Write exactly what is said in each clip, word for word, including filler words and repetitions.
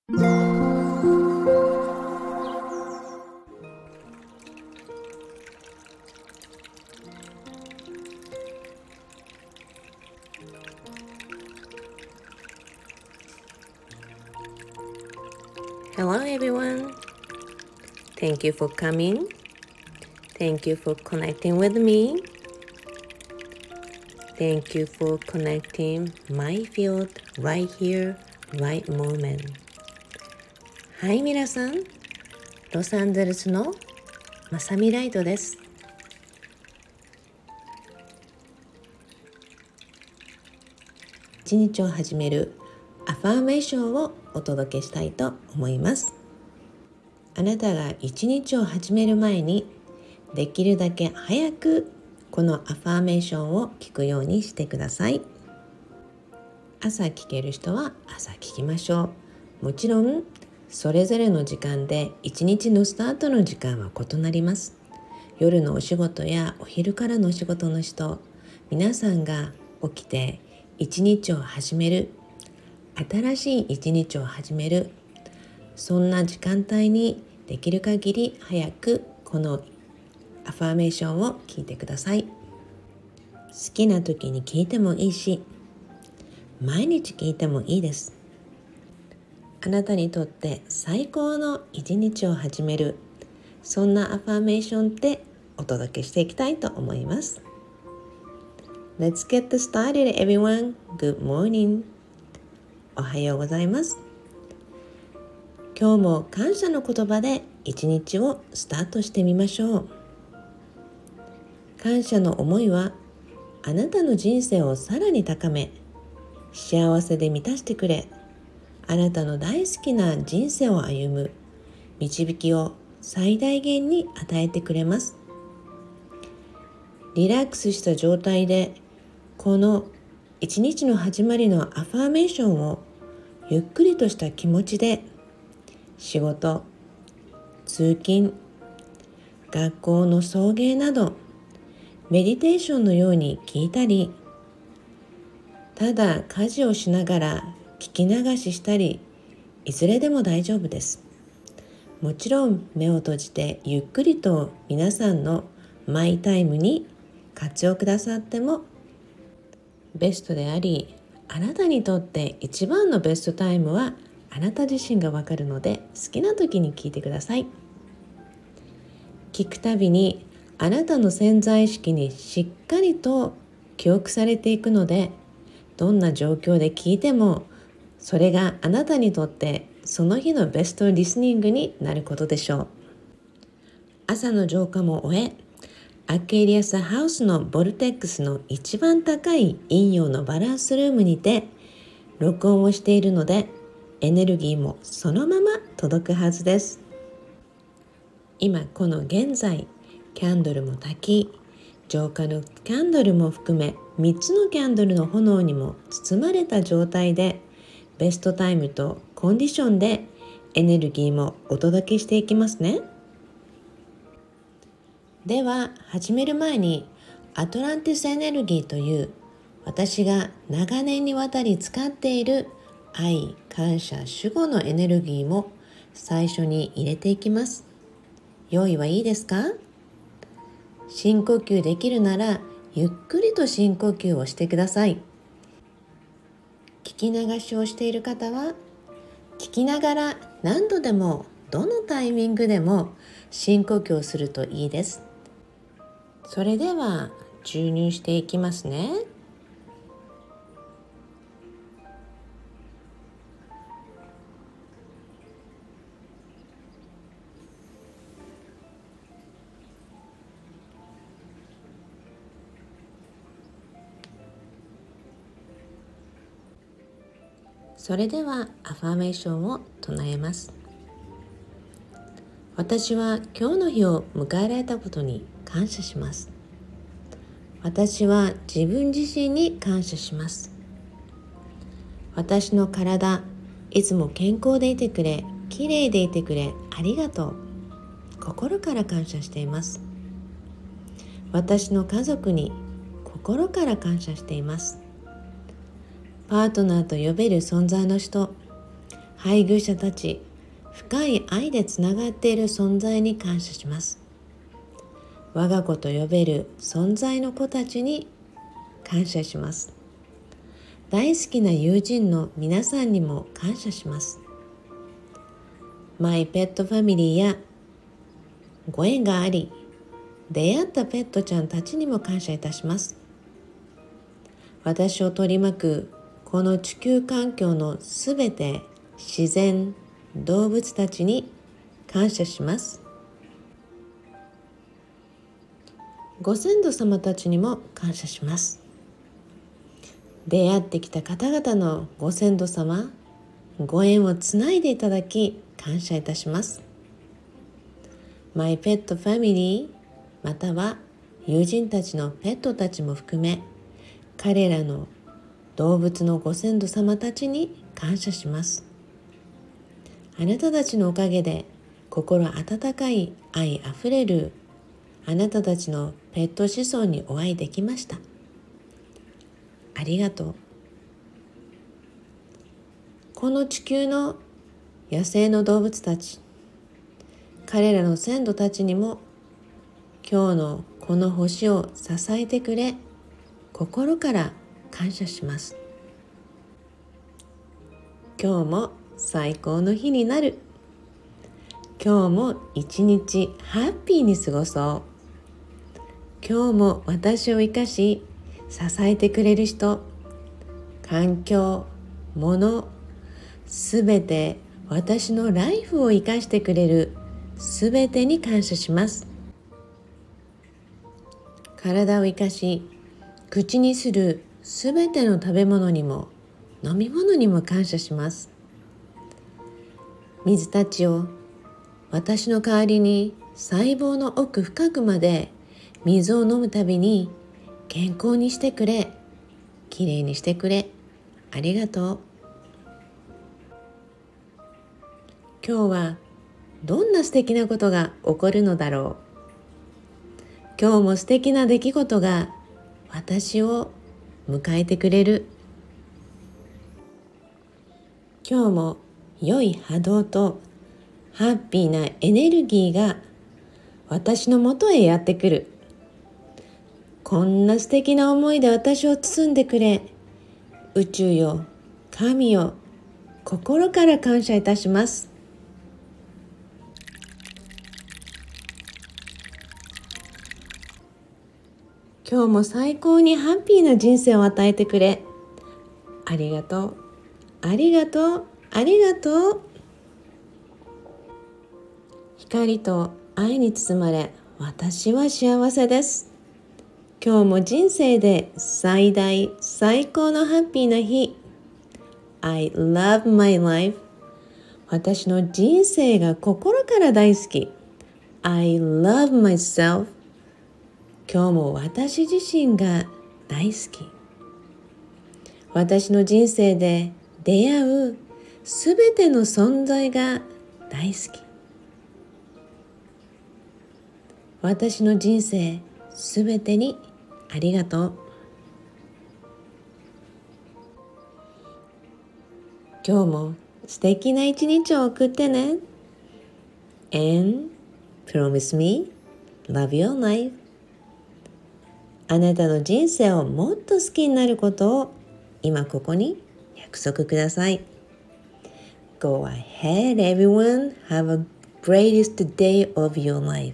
Hello everyone. Thank you for coming. Thank you for connecting with me. Thank you for connecting my field right here, right moment. はい、皆さん。ロサンゼルスのまさみライトです。一日を始めるアファーメーションをお届けしたいと思います。あなたが一日を始める前にできるだけ早くこのアファーメーションを聞くようにしてください。朝聞ける人は朝聞きましょう。もちろんそれぞれの時間で一日のスタートの時間は異なります。夜のお仕事やお昼からのお仕事の人、皆さんが起きて一日を始める、新しい一日を始める、そんな時間帯にできる限り早くこのアファーメーションを聞いてください。好きな時に聞いてもいいし、毎日聞いてもいいです。あなたにとって最高の一日を始める、そんなアファーメーションってお届けしていきたいと思います。Let's get started, everyone. Good morning. おはようございます。今日も感謝の言葉で一日をスタートしてみましょう。感謝の思いはあなたの人生をさらに高め、幸せで満たしてくれ、あなたの大好きな人生を歩む導きを最大限に与えてくれます。リラックスした状態でこの一日の始まりのアファーメーションをゆっくりとした気持ちで仕事、通勤、学校の送迎などメディテーションのように聞いたり、ただ家事をしながら聞き流ししたり、いずれでも大丈夫です。もちろん目を閉じてゆっくりと皆さんのマイタイムに活用くださってもベストであり、あなたにとって一番のベストタイムはあなた自身がわかるので、好きな時に聞いてください。聞くたびにあなたの潜在意識にしっかりと記憶されていくので、どんな状況で聞いてもそれがあなたにとってその日のベストリスニングになることでしょう。朝の浄化も終え、アケリアスハウスのボルテックスの一番高い陰陽のバランスルームにて録音をしているので、エネルギーもそのまま届くはずです。今この現在、キャンドルも焚き、浄化のキャンドルも含めみっつのキャンドルの炎にも包まれた状態で、ベストタイムとコンディションでエネルギーもお届けしていきますね。では始める前に、アトランティスエネルギーという私が長年にわたり使っている愛、感謝、守護のエネルギーも最初に入れていきます。用意はいいですか？深呼吸できるならゆっくりと深呼吸をしてください。聞き流しをしている方は聞きながら何度でもどのタイミングでも深呼吸をするといいです。それでは注入していきますね。それではアファーメーションを唱えます。私は今日の日を迎えられたことに感謝します。私は自分自身に感謝します。私の体、いつも健康でいてくれ、きれいでいてくれ、ありがとう。心から感謝しています。私の家族に心から感謝しています。パートナーと呼べる存在の人、 配偶者たち、深い愛でつながっている存在に感謝します。我が子と呼べる存在の子たちに感謝します。大好きな友人の皆さんにも感謝します。マイペットファミリーやご縁があり、出会ったペットちゃんたちにも感謝いたします。私を取り巻くこの地球環境のすべて、自然、動物たちに感謝します。ご先祖様たちにも感謝します。出会ってきた方々のご先祖様、ご縁をつないでいただき感謝いたします。マイペットファミリーまたは友人たちのペットたちも含め、彼らの動物のご先祖様たちに感謝します。あなたたちのおかげで心温かい愛あふれるあなたたちのペット子孫にお会いできました。ありがとう。この地球の野生の動物たち、彼らの先祖たちにも今日のこの星を支えてくれ、心から感謝します。今日も最高の日になる。今日も一日ハッピーに過ごそう。今日も私を生かし支えてくれる人、環境、物、すべて私のライフを生かしてくれるすべてに感謝します。体を生かし口にするすべての食べ物にも飲み物にも感謝します。水たちを私の代わりに細胞の奥深くまで水を飲むたびに健康にしてくれ、きれいにしてくれ、ありがとう。今日はどんな素敵なことが起こるのだろう。今日も素敵な出来事が私を迎えてくれる。今日も良い波動とハッピーなエネルギーが私のもとへやってくる。こんな素敵な思いで私を包んでくれ、宇宙よ、神よ、心から感謝いたします。今日も最高にハッピーな人生を与えてくれ、ありがとう、ありがとう、ありがとう。光と愛に包まれ、私は幸せです。今日も人生で最大最高のハッピーな日。 I love my life。 私の人生が心から大好き。 I love myself。 今日も私自身が大好き。私の人生で出会うすべての存在が大好き。私の人生すべてにありがとう。今日も素敵な一日を送ってね。And promise me love your life。 あなたの人生をもっと好きになることを今ここに約束ください。 Go ahead everyone, have a greatest day of your life。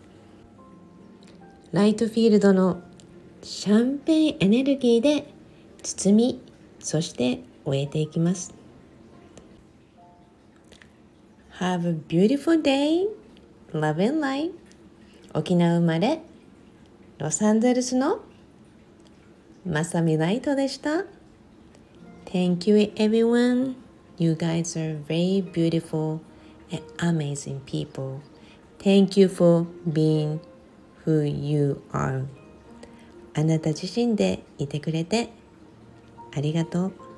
ライトフィールドのシャンペーンエネルギーで包み、そして終えていきます。 Have a beautiful day, love and light。 沖縄生まれロサンゼルスのまさみライトでした。 Thank you everyone. You guys are very beautiful and amazing people. Thank you for being who you are。 あなた自身でいてくれてありがとう。